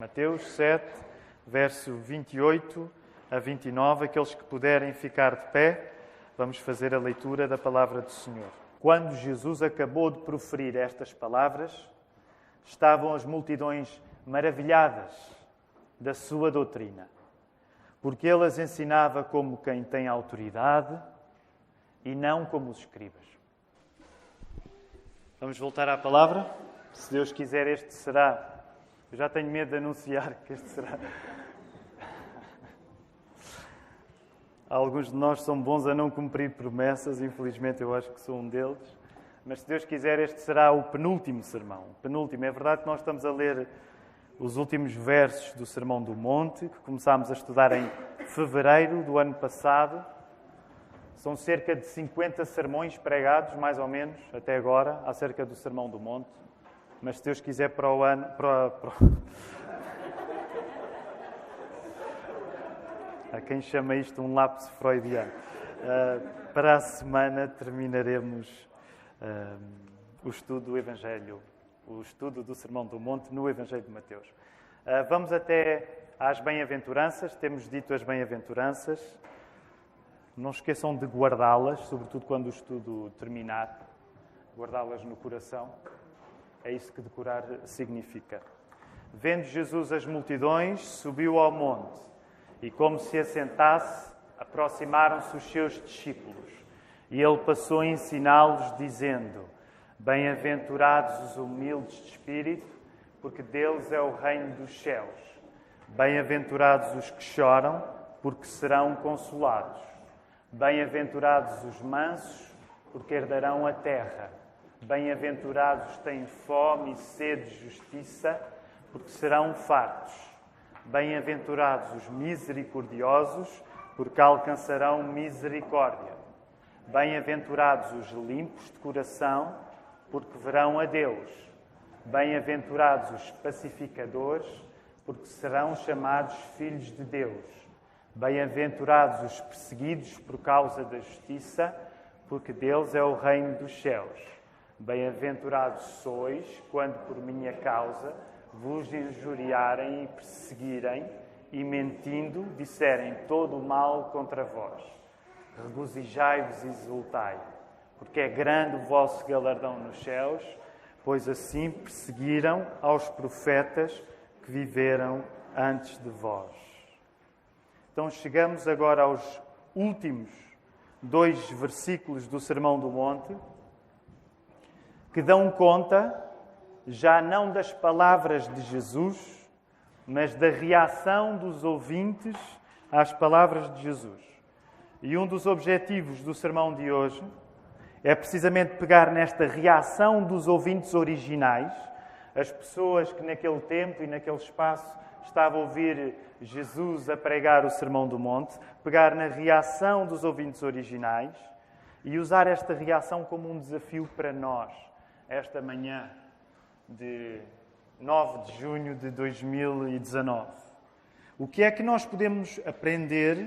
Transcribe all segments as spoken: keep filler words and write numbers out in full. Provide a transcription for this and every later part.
Mateus sete, verso vinte e oito a vinte e nove. Aqueles que puderem ficar de pé, vamos fazer a leitura da palavra do Senhor. Quando Jesus acabou de proferir estas palavras, estavam as multidões maravilhadas da sua doutrina, porque ele as ensinava como quem tem autoridade e não como os escribas. Vamos voltar à palavra? Se Deus quiser, este será... Eu já tenho medo de anunciar que este será... Alguns de nós são bons a não cumprir promessas, infelizmente eu acho que sou um deles. Mas se Deus quiser, este será o penúltimo sermão. O penúltimo. É verdade que nós estamos a ler os últimos versos do Sermão do Monte, que começámos a estudar em fevereiro do ano passado. São cerca de cinquenta sermões pregados, mais ou menos, até agora, acerca do Sermão do Monte. Mas se Deus quiser, para o ano... Para, para... Há quem chama isto um lapso freudiano. Uh, para a semana terminaremos uh, o estudo do Evangelho, o estudo do Sermão do Monte no Evangelho de Mateus. Uh, vamos até às bem-aventuranças. Temos dito as bem-aventuranças. Não esqueçam de guardá-las, sobretudo quando o estudo terminar. Guardá-las no coração. É isso que decorar significa. Vendo Jesus as multidões, subiu ao monte e, como se assentasse, aproximaram-se os seus discípulos. E ele passou a ensiná-los, dizendo: Bem-aventurados os humildes de espírito, porque deles é o reino dos céus. Bem-aventurados os que choram, porque serão consolados. Bem-aventurados os mansos, porque herdarão a terra. Bem-aventurados os que têm fome e sede de justiça, porque serão fartos. Bem-aventurados os misericordiosos, porque alcançarão misericórdia. Bem-aventurados os limpos de coração, porque verão a Deus. Bem-aventurados os pacificadores, porque serão chamados filhos de Deus. Bem-aventurados os perseguidos por causa da justiça, porque deles é o reino dos céus. Bem-aventurados sois, quando por minha causa vos injuriarem e perseguirem, e mentindo disserem todo o mal contra vós. Regozijai-vos e exultai, porque é grande o vosso galardão nos céus, pois assim perseguiram aos profetas que viveram antes de vós. Então chegamos agora aos últimos dois versículos do Sermão do Monte, que dão conta, já não das palavras de Jesus, mas da reação dos ouvintes às palavras de Jesus. E um dos objetivos do sermão de hoje é precisamente pegar nesta reação dos ouvintes originais, as pessoas que naquele tempo e naquele espaço estavam a ouvir Jesus a pregar o Sermão do Monte, pegar na reação dos ouvintes originais e usar esta reação como um desafio para nós, esta manhã de nove de junho de dois mil e dezanove. O que é que nós podemos aprender,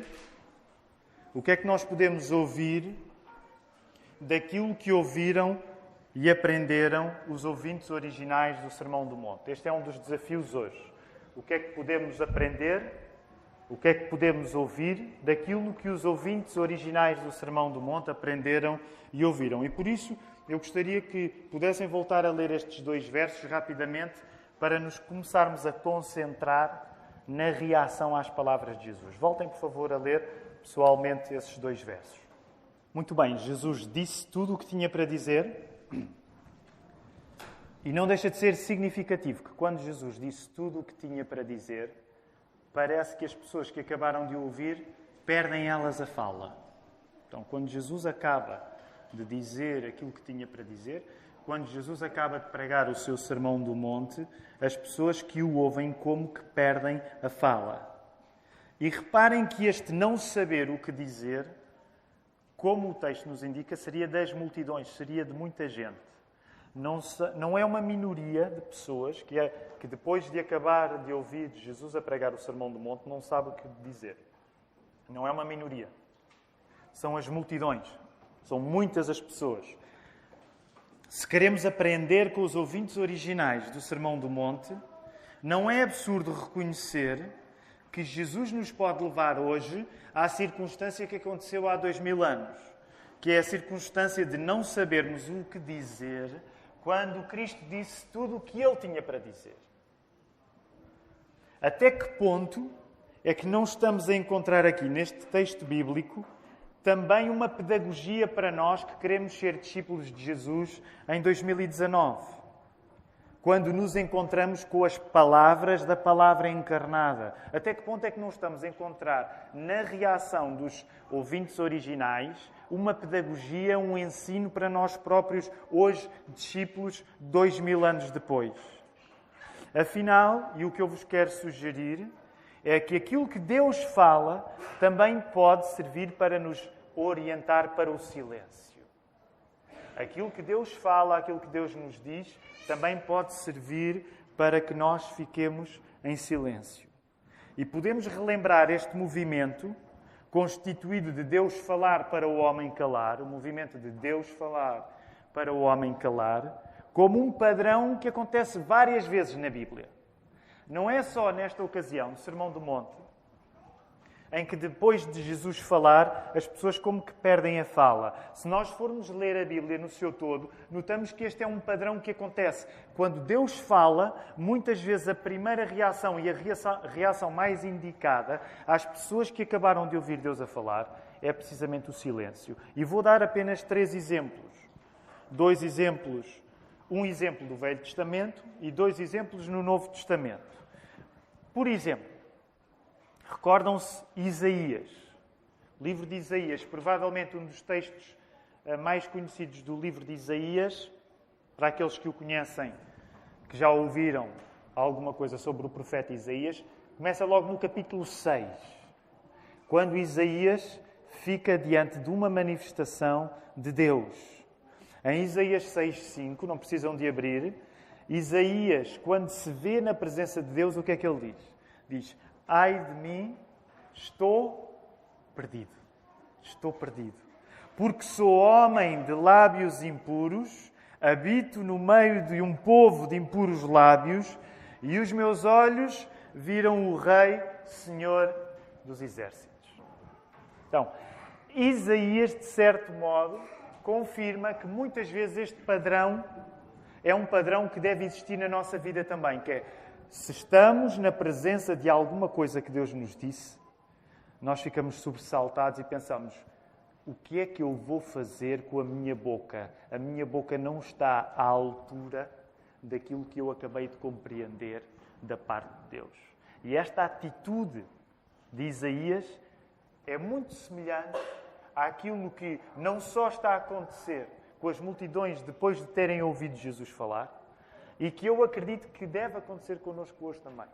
o que é que nós podemos ouvir daquilo que ouviram e aprenderam os ouvintes originais do Sermão do Monte? Este é um dos desafios hoje. O que é que podemos aprender, o que é que podemos ouvir daquilo que os ouvintes originais do Sermão do Monte aprenderam e ouviram? E por isso eu gostaria que pudessem voltar a ler estes dois versos rapidamente para nos começarmos a concentrar na reação às palavras de Jesus. Voltem, por favor, a ler pessoalmente esses dois versos. Muito bem, Jesus disse tudo o que tinha para dizer e não deixa de ser significativo que quando Jesus disse tudo o que tinha para dizer, parece que as pessoas que acabaram de ouvir perdem elas a fala. Então, quando Jesus acaba de dizer aquilo que tinha para dizer, quando Jesus acaba de pregar o seu Sermão do Monte, as pessoas que o ouvem como que perdem a fala. E reparem que este não saber o que dizer, como o texto nos indica, seria das multidões, seria de muita gente. Não, não é uma minoria de pessoas que, é, que depois de acabar de ouvir Jesus a pregar o Sermão do Monte, não sabe o que dizer. Não é uma minoria. São as multidões. São muitas as pessoas. Se queremos aprender com os ouvintes originais do Sermão do Monte, Não é absurdo reconhecer que Jesus nos pode levar hoje à circunstância que aconteceu há dois mil anos, que é a circunstância de não sabermos o que dizer quando Cristo disse tudo o que Ele tinha para dizer. Até que ponto é que não estamos a encontrar aqui, neste texto bíblico, também uma pedagogia para nós que queremos ser discípulos de Jesus em dois mil e dezanove, quando nos encontramos com as palavras da palavra encarnada? Até que ponto é que não estamos a encontrar na reação dos ouvintes originais uma pedagogia, um ensino para nós próprios, hoje discípulos, dois mil anos depois? Afinal, e o que eu vos quero sugerir é que aquilo que Deus fala também pode servir para nos orientar para o silêncio. Aquilo que Deus fala, aquilo que Deus nos diz, também pode servir para que nós fiquemos em silêncio. E podemos relembrar este movimento constituído de Deus falar para o homem calar, o movimento de Deus falar para o homem calar, como um padrão que acontece várias vezes na Bíblia. Não é só nesta ocasião, no Sermão do Monte, em que depois de Jesus falar, as pessoas como que perdem a fala. Se nós formos ler a Bíblia no seu todo, notamos que este é um padrão que acontece. Quando Deus fala, muitas vezes a primeira reação e a reação, reação mais indicada às pessoas que acabaram de ouvir Deus a falar é precisamente o silêncio. E vou dar apenas três exemplos. Dois exemplos. Um exemplo do Velho Testamento e dois exemplos no Novo Testamento. Por exemplo, recordam-se Isaías. O livro de Isaías, provavelmente um dos textos mais conhecidos do livro de Isaías, para aqueles que o conhecem, que já ouviram alguma coisa sobre o profeta Isaías, começa logo no capítulo seis, quando Isaías fica diante de uma manifestação de Deus. Em Isaías seis, cinco, não precisam de abrir, Isaías, quando se vê na presença de Deus, o que é que ele diz? Diz: ai de mim, estou perdido. Estou perdido. Porque sou homem de lábios impuros, habito no meio de um povo de impuros lábios, e os meus olhos viram o Rei, Senhor dos Exércitos. Então, Isaías, de certo modo, confirma que muitas vezes este padrão é um padrão que deve existir na nossa vida também, que é, se estamos na presença de alguma coisa que Deus nos disse, nós ficamos sobressaltados e pensamos: o que é que eu vou fazer com a minha boca? A minha boca não está à altura daquilo que eu acabei de compreender da parte de Deus. E esta atitude de Isaías é muito semelhante àquilo que não só está a acontecer com as multidões depois de terem ouvido Jesus falar, e que eu acredito que deve acontecer connosco hoje também.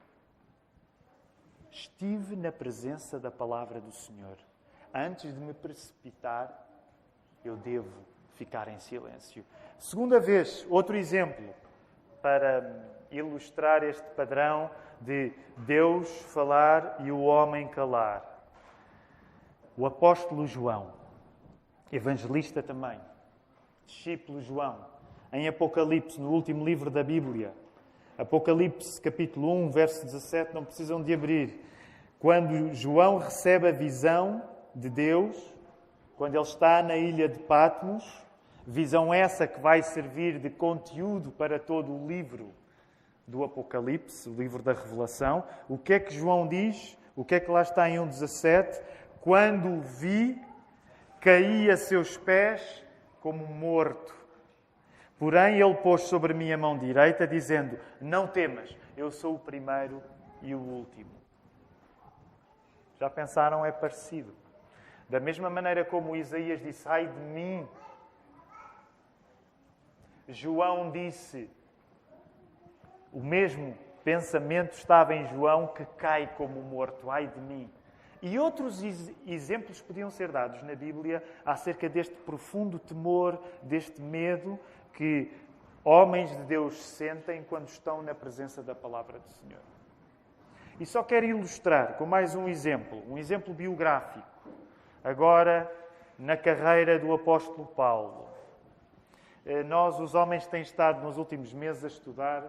Estive na presença da palavra do Senhor. Antes de me precipitar, eu devo ficar em silêncio. Segunda vez, outro exemplo, para ilustrar este padrão de Deus falar e o homem calar. O apóstolo João, evangelista também, discípulo João, em Apocalipse, no último livro da Bíblia, Apocalipse, capítulo um, verso dezassete, não precisam de abrir. Quando João recebe a visão de Deus, quando ele está na ilha de Patmos, visão essa que vai servir de conteúdo para todo o livro do Apocalipse, o livro da Revelação, o que é que João diz? O que é que lá está em um dezassete? Quando o vi, caí a seus pés como morto. Porém, ele pôs sobre mim a mão direita, dizendo: não temas, eu sou o primeiro e o último. Já pensaram? É parecido. Da mesma maneira como Isaías disse: ai de mim, João disse, o mesmo pensamento estava em João, que cai como morto. Ai de mim. E outros exemplos podiam ser dados na Bíblia acerca deste profundo temor, deste medo que homens de Deus sentem quando estão na presença da palavra do Senhor. E só quero ilustrar com mais um exemplo, um exemplo biográfico, agora na carreira do apóstolo Paulo. Nós, os homens, temos estado nos últimos meses a estudar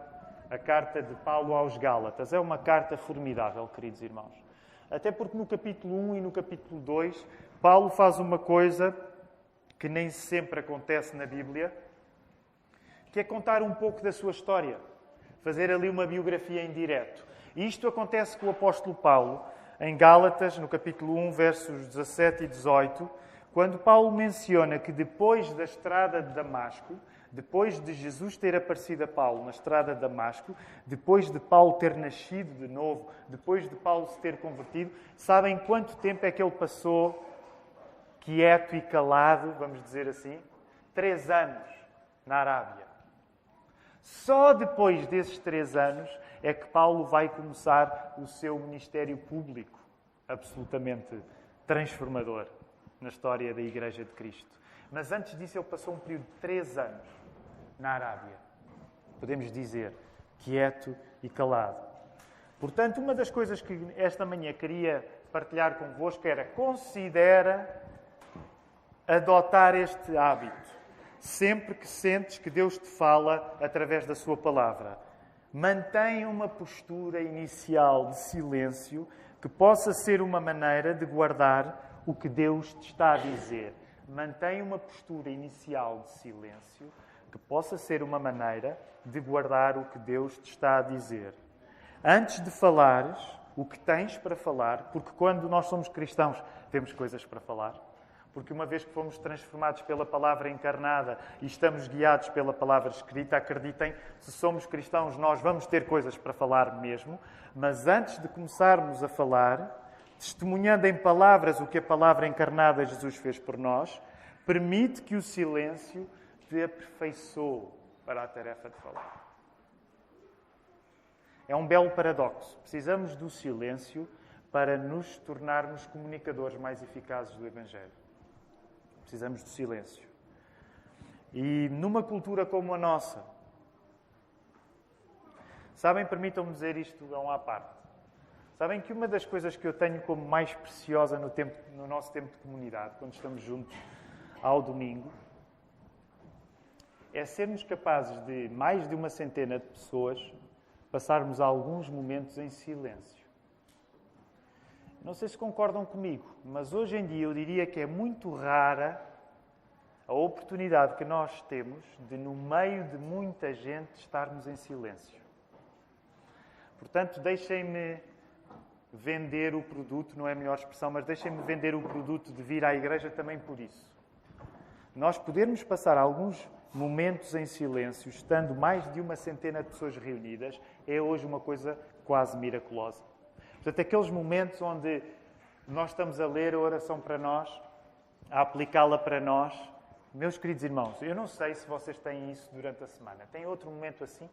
a carta de Paulo aos Gálatas. É uma carta formidável, queridos irmãos. Até porque no capítulo um e no capítulo dois, Paulo faz uma coisa que nem sempre acontece na Bíblia, que é contar um pouco da sua história. Fazer ali uma biografia em direto. E isto acontece com o apóstolo Paulo, em Gálatas, no capítulo um, versos dezassete e dezoito, quando Paulo menciona que depois da estrada de Damasco, depois de Jesus ter aparecido a Paulo na estrada de Damasco, depois de Paulo ter nascido de novo, depois de Paulo se ter convertido, sabem quanto tempo é que ele passou quieto e calado, vamos dizer assim? Três anos na Arábia. Só depois desses três anos é que Paulo vai começar o seu ministério público, absolutamente transformador na história da Igreja de Cristo. Mas antes disso ele passou um período de três anos na Arábia. Podemos dizer, quieto e calado. Portanto, uma das coisas que esta manhã queria partilhar convosco era: considera adotar este hábito. Sempre que sentes que Deus te fala através da sua palavra, mantém uma postura inicial de silêncio que possa ser uma maneira de guardar o que Deus te está a dizer. Mantém uma postura inicial de silêncio que possa ser uma maneira de guardar o que Deus te está a dizer. Antes de falares o que tens para falar, porque quando nós somos cristãos temos coisas para falar, porque uma vez que fomos transformados pela palavra encarnada e estamos guiados pela palavra escrita, acreditem, se somos cristãos nós vamos ter coisas para falar mesmo, mas antes de começarmos a falar, testemunhando em palavras o que a palavra encarnada Jesus fez por nós, permite que o silêncio te aperfeiçoe para a tarefa de falar. É um belo paradoxo. Precisamos do silêncio para nos tornarmos comunicadores mais eficazes do Evangelho. Precisamos do silêncio. E numa cultura como a nossa, sabem, permitam-me dizer isto a uma parte. Sabem que uma das coisas que eu tenho como mais preciosa no, tempo, no nosso tempo de comunidade, quando estamos juntos ao domingo, é sermos capazes de, mais de uma centena de pessoas, passarmos alguns momentos em silêncio. Não sei se concordam comigo, mas hoje em dia eu diria que é muito rara a oportunidade que nós temos de, no meio de muita gente, estarmos em silêncio. Portanto, deixem-me vender o produto, não é a melhor expressão, mas deixem-me vender o produto de vir à igreja também por isso. Nós podermos passar alguns momentos em silêncio, estando mais de uma centena de pessoas reunidas, é hoje uma coisa quase miraculosa. Portanto, aqueles momentos onde nós estamos a ler a oração para nós, a aplicá-la para nós. Meus queridos irmãos, eu não sei se vocês têm isso durante a semana. Tem outro momento assim?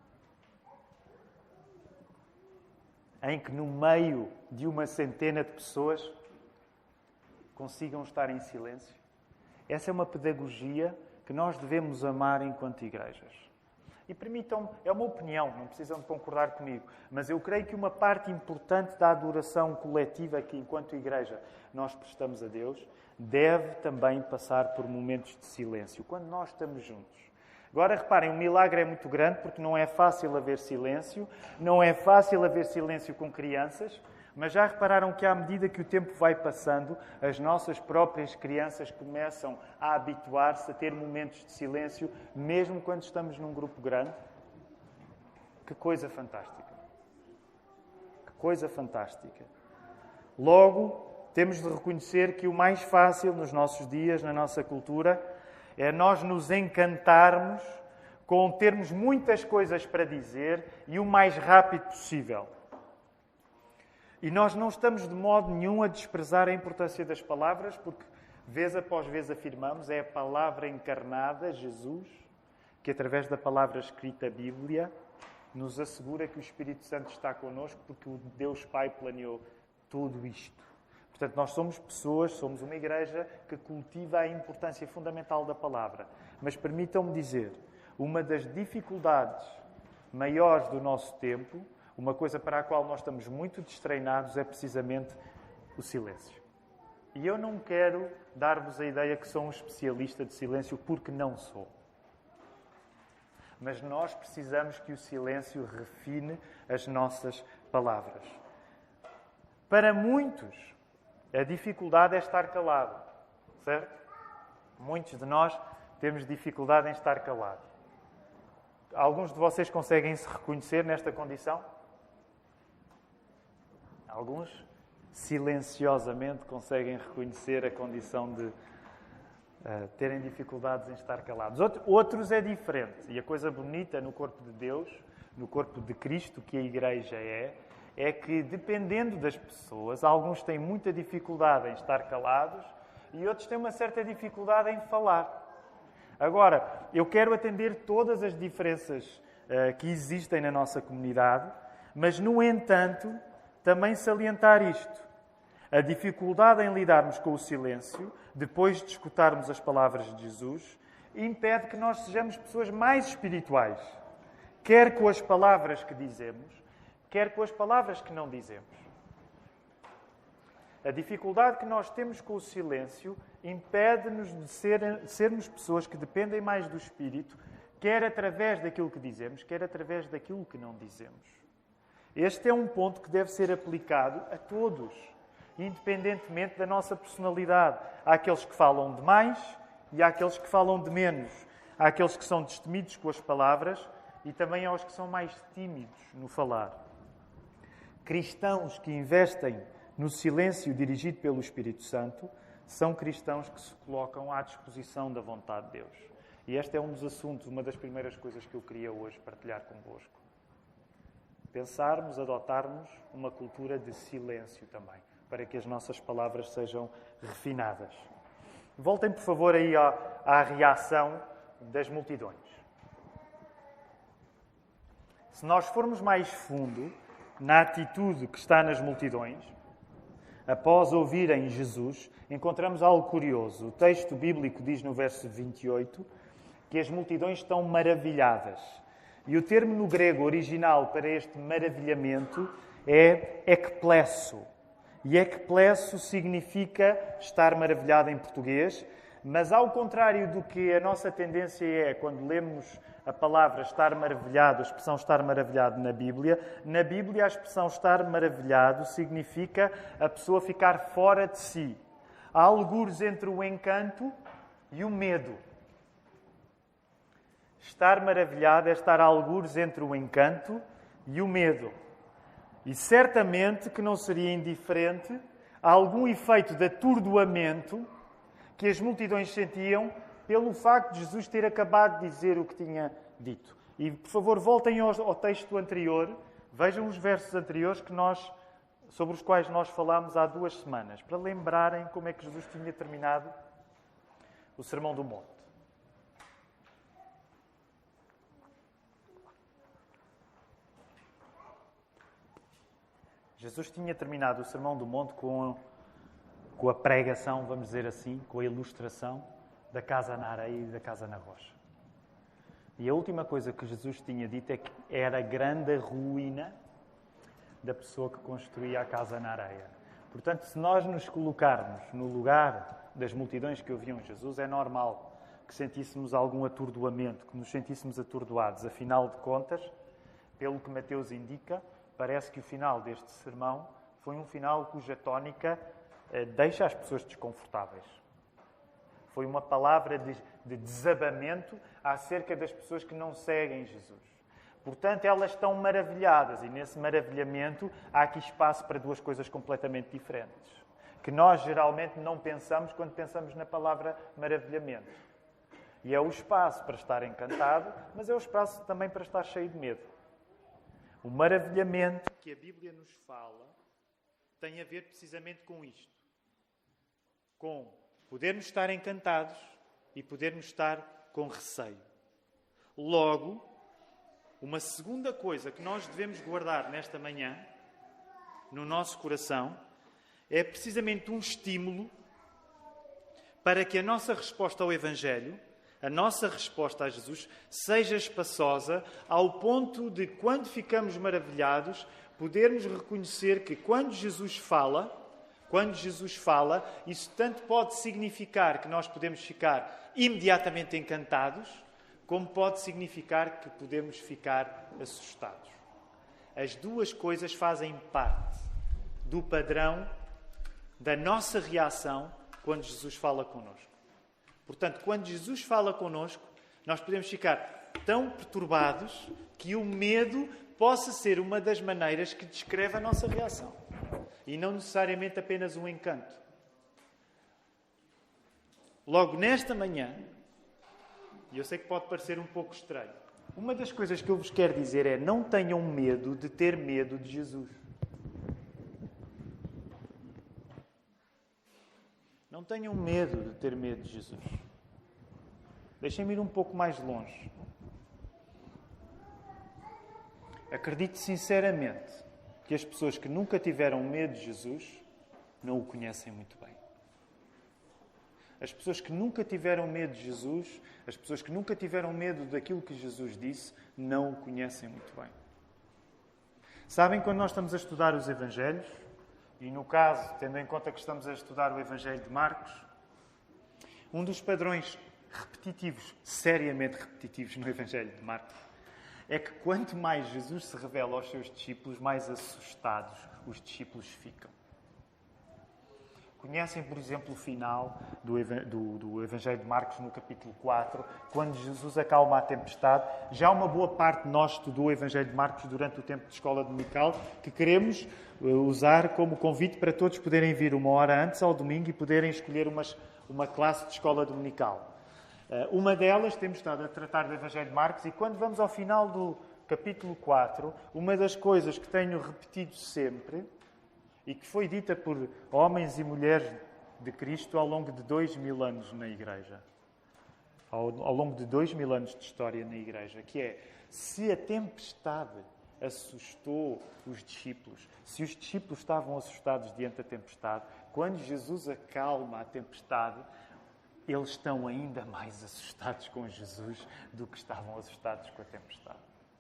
Em que no meio de uma centena de pessoas consigam estar em silêncio? Essa é uma pedagogia que nós devemos amar enquanto igrejas. E permitam-me, é uma opinião, não precisam de concordar comigo, mas eu creio que uma parte importante da adoração coletiva que, enquanto igreja, nós prestamos a Deus, deve também passar por momentos de silêncio, quando nós estamos juntos. Agora, reparem, o milagre é muito grande porque não é fácil haver silêncio, não é fácil haver silêncio com crianças, mas já repararam que, à medida que o tempo vai passando, as nossas próprias crianças começam a habituar-se a ter momentos de silêncio, mesmo quando estamos num grupo grande? Que coisa fantástica! Que coisa fantástica! Logo, temos de reconhecer que o mais fácil nos nossos dias, na nossa cultura, é nós nos encantarmos com termos muitas coisas para dizer e o mais rápido possível. E nós não estamos de modo nenhum a desprezar a importância das palavras, porque vez após vez afirmamos, é a palavra encarnada, Jesus, que através da palavra escrita, a Bíblia, nos assegura que o Espírito Santo está connosco, porque o Deus Pai planeou tudo isto. Portanto, nós somos pessoas, somos uma igreja que cultiva a importância fundamental da palavra. Mas permitam-me dizer, uma das dificuldades maiores do nosso tempo, uma coisa para a qual nós estamos muito destreinados, é precisamente o silêncio. E eu não quero dar-vos a ideia que sou um especialista de silêncio, porque não sou. mas nós precisamos que o silêncio refine as nossas palavras. Para muitos, a dificuldade é estar calado, certo? Muitos de nós temos dificuldade em estar calado. Alguns de vocês conseguem se reconhecer nesta condição? Alguns silenciosamente conseguem reconhecer a condição de uh, terem dificuldades em estar calados. Outros é diferente. E a coisa bonita no corpo de Deus, no corpo de Cristo, que a Igreja é, é que, dependendo das pessoas, alguns têm muita dificuldade em estar calados e outros têm uma certa dificuldade em falar. Agora, eu quero atender todas as diferenças uh, que existem na nossa comunidade, mas, no entanto, também salientar isto. A dificuldade em lidarmos com o silêncio, depois de escutarmos as palavras de Jesus, impede que nós sejamos pessoas mais espirituais, quer com as palavras que dizemos, quer com as palavras que não dizemos. A dificuldade que nós temos com o silêncio impede-nos de ser, sermos pessoas que dependem mais do Espírito, quer através daquilo que dizemos, quer através daquilo que não dizemos. Este é um ponto que deve ser aplicado a todos, independentemente da nossa personalidade. Há aqueles que falam de mais e há aqueles que falam de menos. Há aqueles que são destemidos com as palavras e também há os que são mais tímidos no falar. Cristãos que investem no silêncio dirigido pelo Espírito Santo são cristãos que se colocam à disposição da vontade de Deus. E este é um dos assuntos, uma das primeiras coisas que eu queria hoje partilhar convosco. Pensarmos, adotarmos uma cultura de silêncio também, para que as nossas palavras sejam refinadas. Voltem, por favor, aí à, à reação das multidões. Se nós formos mais fundo na atitude que está nas multidões, após ouvirem Jesus, encontramos algo curioso. O texto bíblico diz no verso vinte e oito que as multidões estão maravilhadas. E o termo no grego original para este maravilhamento é ekplesso. E ekplesso significa estar maravilhado em português, mas ao contrário do que a nossa tendência é quando lemos a palavra estar maravilhado, a expressão estar maravilhado na Bíblia, na Bíblia a expressão estar maravilhado significa a pessoa ficar fora de si. Há algures entre o encanto e o medo. Estar maravilhado é estar a algures entre o encanto e o medo. E certamente que não seria indiferente a algum efeito de atordoamento que as multidões sentiam pelo facto de Jesus ter acabado de dizer o que tinha dito. E, por favor, voltem ao, ao texto anterior, vejam os versos anteriores que nós, sobre os quais nós falámos há duas semanas, para lembrarem como é que Jesus tinha terminado o Sermão do Monte. Jesus tinha terminado o Sermão do Monte com, com a pregação, vamos dizer assim, com a ilustração da casa na areia e da casa na rocha. E a última coisa que Jesus tinha dito é que era a grande ruína da pessoa que construía a casa na areia. Portanto, se nós nos colocarmos no lugar das multidões que ouviam Jesus, é normal que sentíssemos algum atordoamento, que nos sentíssemos atordoados. Afinal de contas, pelo que Mateus indica, parece que o final deste sermão foi um final cuja tónica eh, deixa as pessoas desconfortáveis. Foi uma palavra de, de desabamento acerca das pessoas que não seguem Jesus. Portanto, elas estão maravilhadas e nesse maravilhamento há aqui espaço para duas coisas completamente diferentes, que nós geralmente não pensamos quando pensamos na palavra maravilhamento. E é o espaço para estar encantado, mas é o espaço também para estar cheio de medo. O maravilhamento que a Bíblia nos fala tem a ver precisamente com isto. Com podermos estar encantados e podermos estar com receio. Logo, uma segunda coisa que nós devemos guardar nesta manhã, no nosso coração, é precisamente um estímulo para que a nossa resposta ao Evangelho, a nossa resposta a Jesus, seja espaçosa ao ponto de, quando ficamos maravilhados, podermos reconhecer que quando Jesus fala, quando Jesus fala, isso tanto pode significar que nós podemos ficar imediatamente encantados, como pode significar que podemos ficar assustados. As duas coisas fazem parte do padrão da nossa reação quando Jesus fala connosco. Portanto, quando Jesus fala connosco, nós podemos ficar tão perturbados que o medo possa ser uma das maneiras que descreve a nossa reação. E não necessariamente apenas um encanto. Logo nesta manhã, e eu sei que pode parecer um pouco estranho, uma das coisas que eu vos quero dizer é: não tenham medo de ter medo de Jesus. Não tenham medo de ter medo de Jesus. Deixem-me ir um pouco mais longe. Acredito sinceramente que as pessoas que nunca tiveram medo de Jesus não o conhecem muito bem. As pessoas que nunca tiveram medo de Jesus, as pessoas que nunca tiveram medo daquilo que Jesus disse, não o conhecem muito bem. Sabem, quando nós estamos a estudar os Evangelhos, e no caso, tendo em conta que estamos a estudar o Evangelho de Marcos, um dos padrões repetitivos, seriamente repetitivos no Evangelho de Marcos, é que quanto mais Jesus se revela aos seus discípulos, mais assustados os discípulos ficam. Conhecem, por exemplo, o final do, do, do Evangelho de Marcos, no capítulo quatro, quando Jesus acalma a tempestade. Já uma boa parte de nós estudou o Evangelho de Marcos durante o tempo de escola dominical, que queremos usar como convite para todos poderem vir uma hora antes ao domingo e poderem escolher umas, uma classe de escola dominical. Uma delas, temos estado a tratar do Evangelho de Marcos, e quando vamos ao final do capítulo quatro, uma das coisas que tenho repetido sempre, e que foi dita por homens e mulheres de Cristo ao longo de dois mil anos na Igreja, ao, ao longo de dois mil anos de história na Igreja, que é: se a tempestade assustou os discípulos, se os discípulos estavam assustados diante da tempestade, quando Jesus acalma a tempestade, eles estão ainda mais assustados com Jesus do que estavam assustados com a tempestade.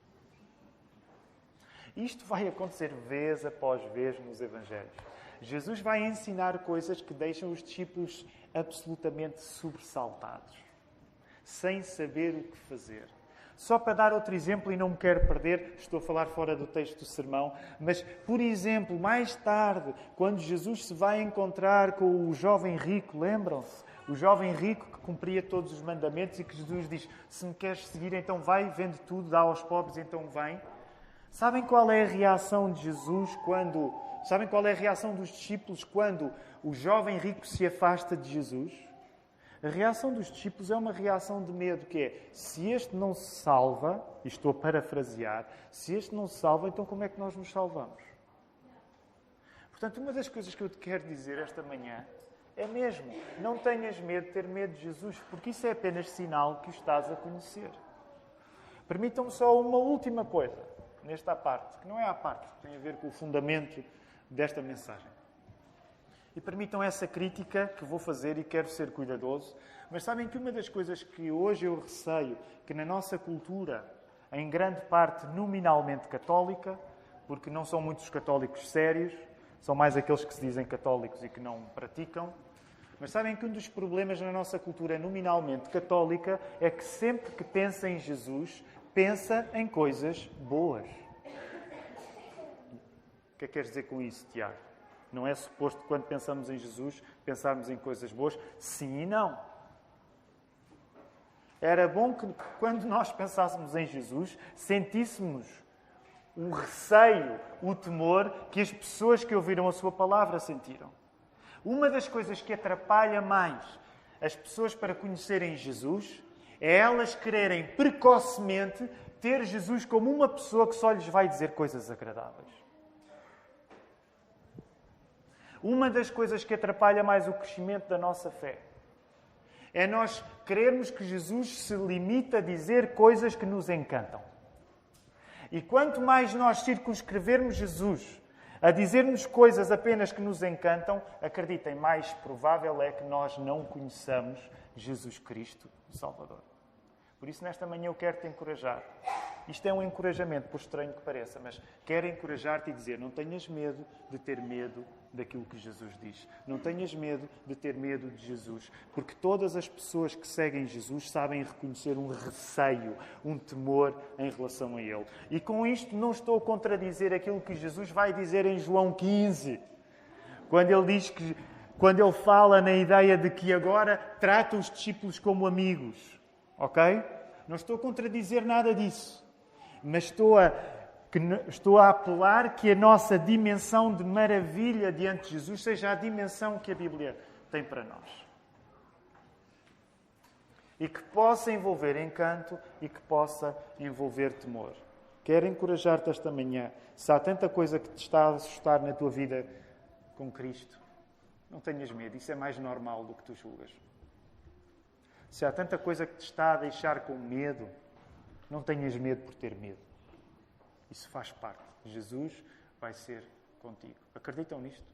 Isto vai acontecer vez após vez nos Evangelhos. Jesus vai ensinar coisas que deixam os discípulos absolutamente sobressaltados, sem saber o que fazer. Só para dar outro exemplo, e não me quero perder, estou a falar fora do texto do sermão, mas, por exemplo, mais tarde, quando Jesus se vai encontrar com o jovem rico, lembram-se? O jovem rico que cumpria todos os mandamentos e que Jesus diz: se me queres seguir, então vai, vende tudo, dá aos pobres, então vem. Sabem qual é a reação de Jesus quando... Sabem qual é a reação dos discípulos quando o jovem rico se afasta de Jesus? A reação dos discípulos é uma reação de medo, que é: se este não se salva, e estou a parafrasear, se este não se salva, então como é que nós nos salvamos? Portanto, uma das coisas que eu te quero dizer esta manhã é mesmo: não tenhas medo de ter medo de Jesus, porque isso é apenas sinal que o estás a conhecer. Permitam-me só uma última coisa nesta parte, que não é a parte, que tem a ver com o fundamento desta mensagem. E permitam essa crítica que vou fazer, e quero ser cuidadoso, mas sabem que uma das coisas que hoje eu receio que na nossa cultura, em grande parte nominalmente católica, porque não são muitos católicos sérios, são mais aqueles que se dizem católicos e que não praticam, mas sabem que um dos problemas na nossa cultura nominalmente católica é que sempre que pensa em Jesus, pensa em coisas boas. O que é que queres dizer com isso, Tiago? Não é suposto, quando pensamos em Jesus, pensarmos em coisas boas? Sim e não. Era bom que, quando nós pensássemos em Jesus, sentíssemos o receio, o temor que as pessoas que ouviram a sua palavra sentiram. Uma das coisas que atrapalha mais as pessoas para conhecerem Jesus é elas quererem precocemente ter Jesus como uma pessoa que só lhes vai dizer coisas agradáveis. Uma das coisas que atrapalha mais o crescimento da nossa fé é nós querermos que Jesus se limite a dizer coisas que nos encantam. E quanto mais nós circunscrevermos Jesus a dizer-nos coisas apenas que nos encantam, acreditem, mais provável é que nós não conheçamos Jesus Cristo, o Salvador. Por isso, nesta manhã, eu quero te encorajar Isto é um encorajamento, por estranho que pareça, mas quero encorajar-te e dizer, não tenhas medo de ter medo daquilo que Jesus diz. Não tenhas medo de ter medo de Jesus, porque todas as pessoas que seguem Jesus sabem reconhecer um receio, um temor em relação a Ele. E com isto não estou a contradizer aquilo que Jesus vai dizer em João quinze, quando Ele diz que, quando Ele fala na ideia de que agora trata os discípulos como amigos. Ok? Não estou a contradizer nada disso. Mas estou a, que, estou a apelar que a nossa dimensão de maravilha diante de Jesus seja a dimensão que a Bíblia tem para nós. E que possa envolver encanto e que possa envolver temor. Quero encorajar-te esta manhã. Se há tanta coisa que te está a assustar na tua vida com Cristo, não tenhas medo. Isso é mais normal do que tu julgas. Se há tanta coisa que te está a deixar com medo, não tenhas medo por ter medo. Isso faz parte. Jesus vai ser contigo. Acreditam nisto?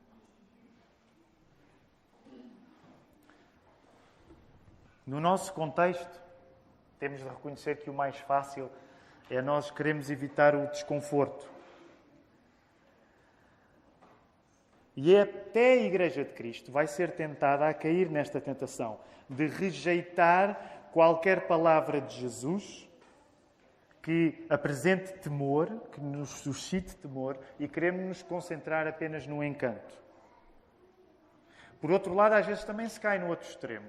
No nosso contexto, temos de reconhecer que o mais fácil é nós queremos evitar o desconforto. E até a Igreja de Cristo vai ser tentada a cair nesta tentação de rejeitar qualquer palavra de Jesus que apresente temor, que nos suscite temor, e queremos nos concentrar apenas no encanto. Por outro lado, às vezes também se cai no outro extremo.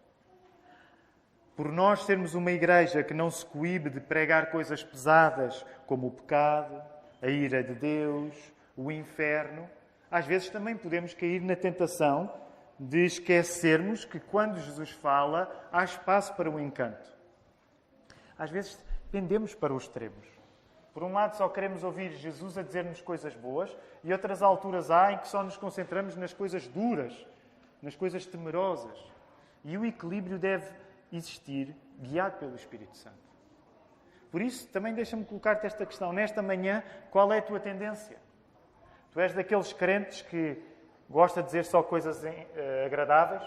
Por nós sermos uma igreja que não se coíbe de pregar coisas pesadas, como o pecado, a ira de Deus, o inferno, às vezes também podemos cair na tentação de esquecermos que quando Jesus fala, há espaço para o encanto. Às vezes pendemos para os extremos. Por um lado, só queremos ouvir Jesus a dizer-nos coisas boas, e outras alturas há em que só nos concentramos nas coisas duras, nas coisas temerosas. E o equilíbrio deve existir, guiado pelo Espírito Santo. Por isso, também deixa-me colocar-te esta questão. Nesta manhã, qual é a tua tendência? Tu és daqueles crentes que gosta de dizer só coisas uh, agradáveis?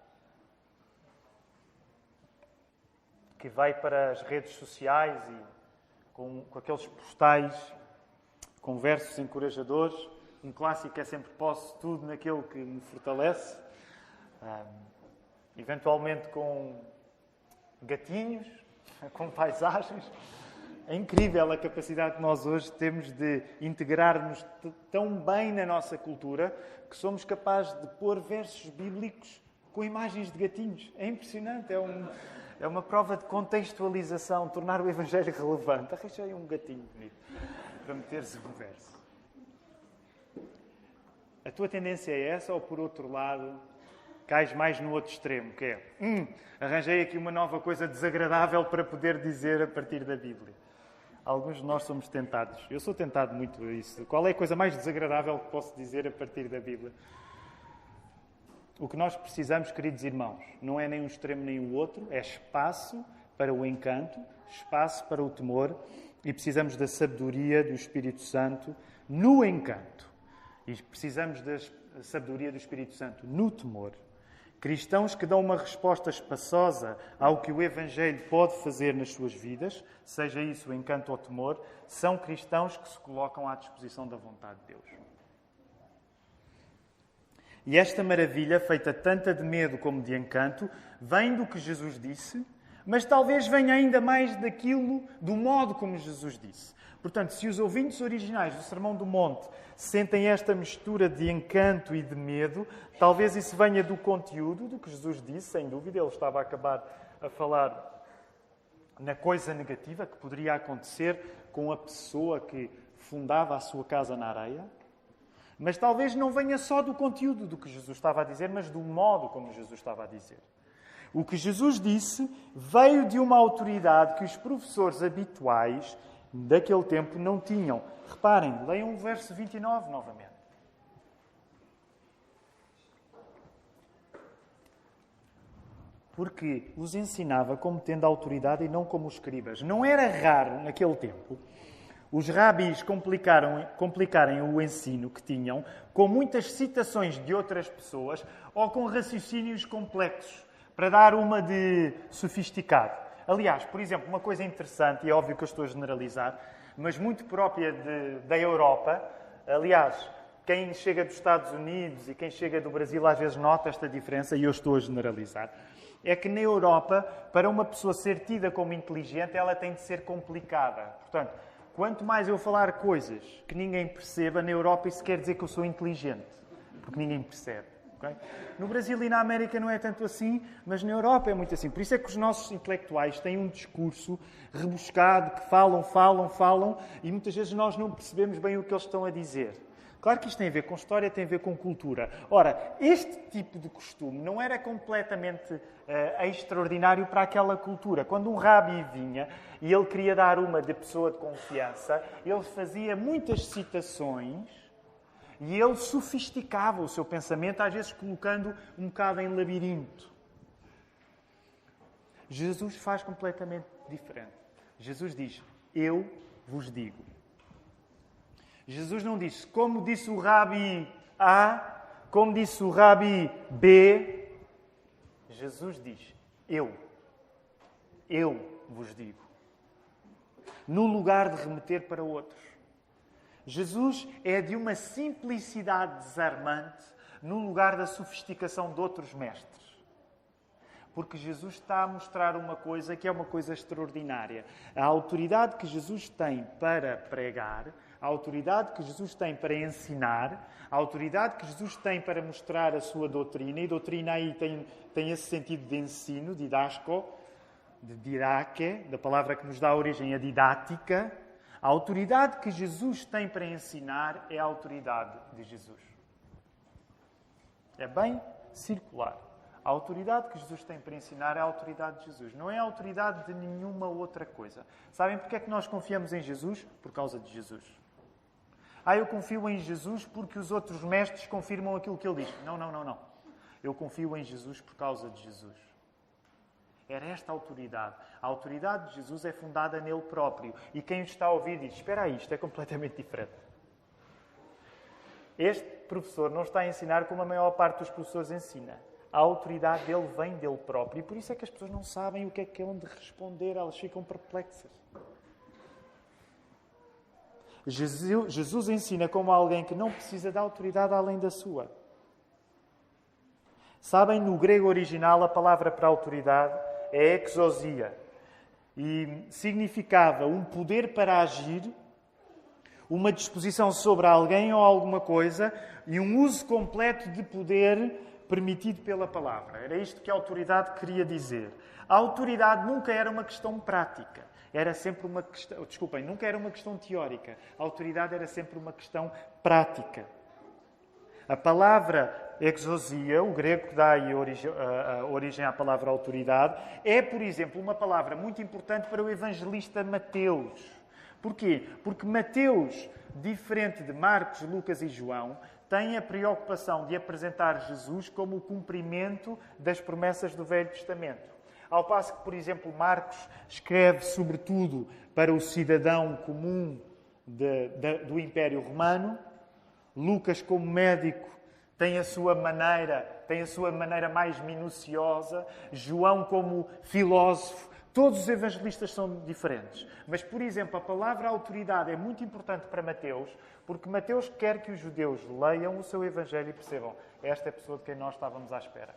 Que vai para as redes sociais e com, com aqueles postais com versos encorajadores. Um clássico é sempre posso tudo naquele que me fortalece. Um, eventualmente com gatinhos, com paisagens. É incrível a capacidade que nós hoje temos de integrar-nos tão bem na nossa cultura que somos capazes de pôr versos bíblicos com imagens de gatinhos. É impressionante, é, um, é uma prova de contextualização, tornar o Evangelho relevante. Arranjei um gatinho bonito para meter-se um verso. A tua tendência é essa ou, por outro lado, cais mais no outro extremo, que é hum, arranjei aqui uma nova coisa desagradável para poder dizer a partir da Bíblia. Alguns de nós somos tentados. Eu sou tentado muito a isso. Qual é a coisa mais desagradável que posso dizer a partir da Bíblia? O que nós precisamos, queridos irmãos, não é nem um extremo nem o outro, é espaço para o encanto, espaço para o temor, e precisamos da sabedoria do Espírito Santo no encanto. E precisamos da sabedoria do Espírito Santo no temor. Cristãos que dão uma resposta espaçosa ao que o Evangelho pode fazer nas suas vidas, seja isso o encanto ou o temor, são cristãos que se colocam à disposição da vontade de Deus. E esta maravilha, feita tanta de medo como de encanto, vem do que Jesus disse, mas talvez venha ainda mais daquilo, do modo como Jesus disse. Portanto, se os ouvintes originais do Sermão do Monte sentem esta mistura de encanto e de medo, talvez isso venha do conteúdo do que Jesus disse, sem dúvida. Ele estava a acabar a falar na coisa negativa que poderia acontecer com a pessoa que fundava a sua casa na areia. Mas talvez não venha só do conteúdo do que Jesus estava a dizer, mas do modo como Jesus estava a dizer. O que Jesus disse veio de uma autoridade que os professores habituais daquele tempo não tinham. Reparem, leiam o verso vinte e nove novamente. Porque os ensinava como tendo autoridade e não como os escribas. Não era raro, naquele tempo, os rabis complicaram, complicarem o ensino que tinham com muitas citações de outras pessoas ou com raciocínios complexos, para dar uma de sofisticado. Aliás, por exemplo, uma coisa interessante, e é óbvio que eu estou a generalizar, mas muito própria de, da Europa, aliás, quem chega dos Estados Unidos e quem chega do Brasil às vezes nota esta diferença, e eu estou a generalizar, é que na Europa, para uma pessoa ser tida como inteligente, ela tem de ser complicada. Portanto, quanto mais eu falar coisas que ninguém perceba, na Europa isso quer dizer que eu sou inteligente, porque ninguém percebe. Okay? No Brasil e na América não é tanto assim, mas na Europa é muito assim. Por isso é que os nossos intelectuais têm um discurso rebuscado, que falam, falam, falam, e muitas vezes nós não percebemos bem o que eles estão a dizer. Claro que isto tem a ver com história, tem a ver com cultura. Ora, este tipo de costume não era completamente uh, extraordinário para aquela cultura. Quando um rabi vinha e ele queria dar uma de pessoa de confiança, ele fazia muitas citações e ele sofisticava o seu pensamento, às vezes colocando um bocado em labirinto. Jesus faz completamente diferente. Jesus diz, eu vos digo. Jesus não disse, como disse o Rabi A, como disse o Rabi B. Jesus diz, eu. Eu vos digo. No lugar de remeter para outros. Jesus é de uma simplicidade desarmante no lugar da sofisticação de outros mestres. Porque Jesus está a mostrar uma coisa que é uma coisa extraordinária. A autoridade que Jesus tem para pregar, a autoridade que Jesus tem para ensinar, a autoridade que Jesus tem para mostrar a sua doutrina, e doutrina aí tem, tem esse sentido de ensino, didasco, de didaque, da palavra que nos dá origem a didática. A autoridade que Jesus tem para ensinar é a autoridade de Jesus. É bem circular. A autoridade que Jesus tem para ensinar é a autoridade de Jesus. Não é a autoridade de nenhuma outra coisa. Sabem porque é que nós confiamos em Jesus? Por causa de Jesus. Ah, eu confio em Jesus porque os outros mestres confirmam aquilo que ele diz. Não, não, não, não. Eu confio em Jesus por causa de Jesus. Era esta a autoridade. A autoridade de Jesus é fundada nele próprio. E quem o está a ouvir diz, espera aí, isto é completamente diferente. Este professor não está a ensinar como a maior parte dos professores ensina. A autoridade dele vem dele próprio. E por isso é que as pessoas não sabem o que é que é onde responder. Elas ficam perplexas. Jesus, Jesus ensina como alguém que não precisa da autoridade além da sua. Sabem, no grego original, a palavra para autoridade é exousia. E significava um poder para agir, uma disposição sobre alguém ou alguma coisa e um uso completo de poder permitido pela palavra. Era isto que a autoridade queria dizer. A autoridade nunca era uma questão prática. Era sempre uma questão... Desculpem, nunca era uma questão teórica. A autoridade era sempre uma questão prática. A palavra exousia, o grego que dá aí origem, a, a origem à palavra autoridade, é, por exemplo, uma palavra muito importante para o evangelista Mateus. Porquê? Porque Mateus, diferente de Marcos, Lucas e João, tem a preocupação de apresentar Jesus como o cumprimento das promessas do Velho Testamento. Ao passo que, por exemplo, Marcos escreve sobretudo para o cidadão comum de, de, do Império Romano, Lucas, como médico, tem a sua maneira, tem a sua maneira mais minuciosa, João, como filósofo. Todos os evangelistas são diferentes. Mas, por exemplo, a palavra autoridade é muito importante para Mateus, porque Mateus quer que os judeus leiam o seu evangelho e percebam, esta é a pessoa de quem nós estávamos à espera.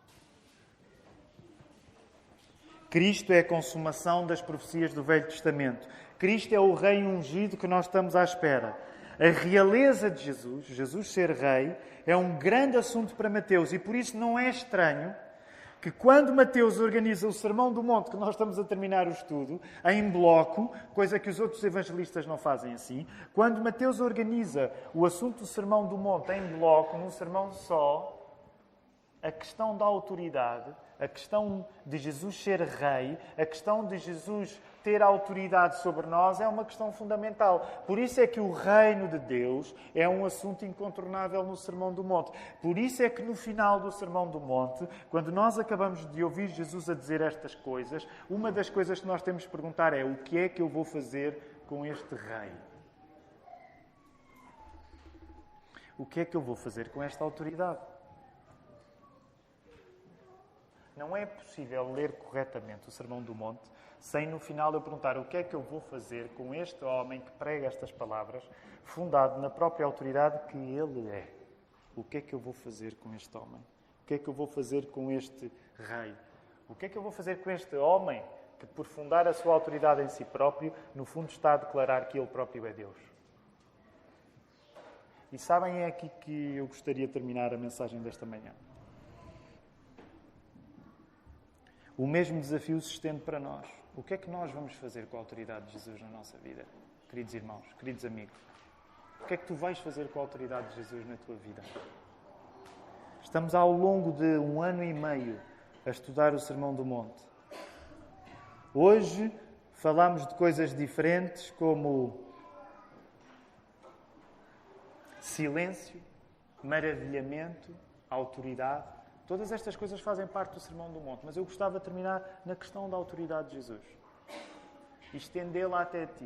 Cristo é a consumação das profecias do Velho Testamento. Cristo é o rei ungido que nós estamos à espera. A realeza de Jesus, Jesus ser rei, é um grande assunto para Mateus. E por isso não é estranho que quando Mateus organiza o Sermão do Monte, que nós estamos a terminar o estudo, em bloco, coisa que os outros evangelistas não fazem assim, quando Mateus organiza o assunto do Sermão do Monte em bloco, num sermão só, a questão da autoridade, a questão de Jesus ser rei, a questão de Jesus ter autoridade sobre nós é uma questão fundamental. Por isso é que o reino de Deus é um assunto incontornável no Sermão do Monte. Por isso é que no final do Sermão do Monte, quando nós acabamos de ouvir Jesus a dizer estas coisas, uma das coisas que nós temos de perguntar é: o que é que eu vou fazer com este rei? O que é que eu vou fazer com esta autoridade? Não é possível ler corretamente o Sermão do Monte sem no final eu perguntar o que é que eu vou fazer com este homem que prega estas palavras, fundado na própria autoridade que ele é. O que é que eu vou fazer com este homem? O que é que eu vou fazer com este rei? O que é que eu vou fazer com este homem que, por fundar a sua autoridade em si próprio, no fundo está a declarar que ele próprio é Deus? E sabem, é aqui que eu gostaria de terminar a mensagem desta manhã. O mesmo desafio se estende para nós. O que é que nós vamos fazer com a autoridade de Jesus na nossa vida? Queridos irmãos, queridos amigos, o que é que tu vais fazer com a autoridade de Jesus na tua vida? Estamos ao longo de um ano e meio a estudar o Sermão do Monte. Hoje falamos de coisas diferentes como silêncio, maravilhamento, autoridade. Todas estas coisas fazem parte do Sermão do Monte, mas eu gostava de terminar na questão da autoridade de Jesus e estendê-la até ti.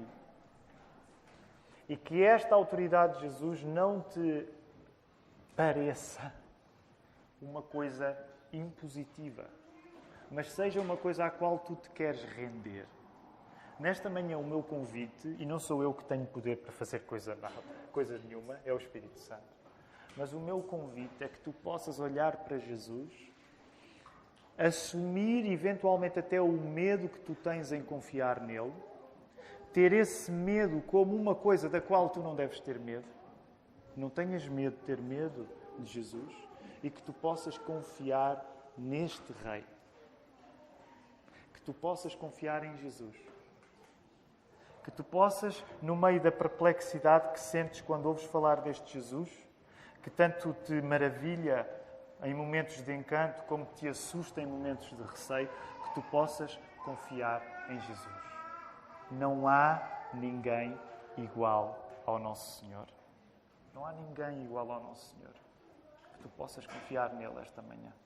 E que esta autoridade de Jesus não te pareça uma coisa impositiva, mas seja uma coisa à qual tu te queres render. Nesta manhã, o meu convite, e não sou eu que tenho poder para fazer coisa nada, coisa nenhuma, é o Espírito Santo. Mas o meu convite é que tu possas olhar para Jesus, assumir eventualmente até o medo que tu tens em confiar nele, ter esse medo como uma coisa da qual tu não deves ter medo. Não tenhas medo de ter medo de Jesus e que tu possas confiar neste Rei. Que tu possas confiar em Jesus. Que tu possas, no meio da perplexidade que sentes quando ouves falar deste Jesus, que tanto te maravilha em momentos de encanto, como te assusta em momentos de receio, que tu possas confiar em Jesus. Não há ninguém igual ao nosso Senhor. Não há ninguém igual ao nosso Senhor. Que tu possas confiar nele esta manhã.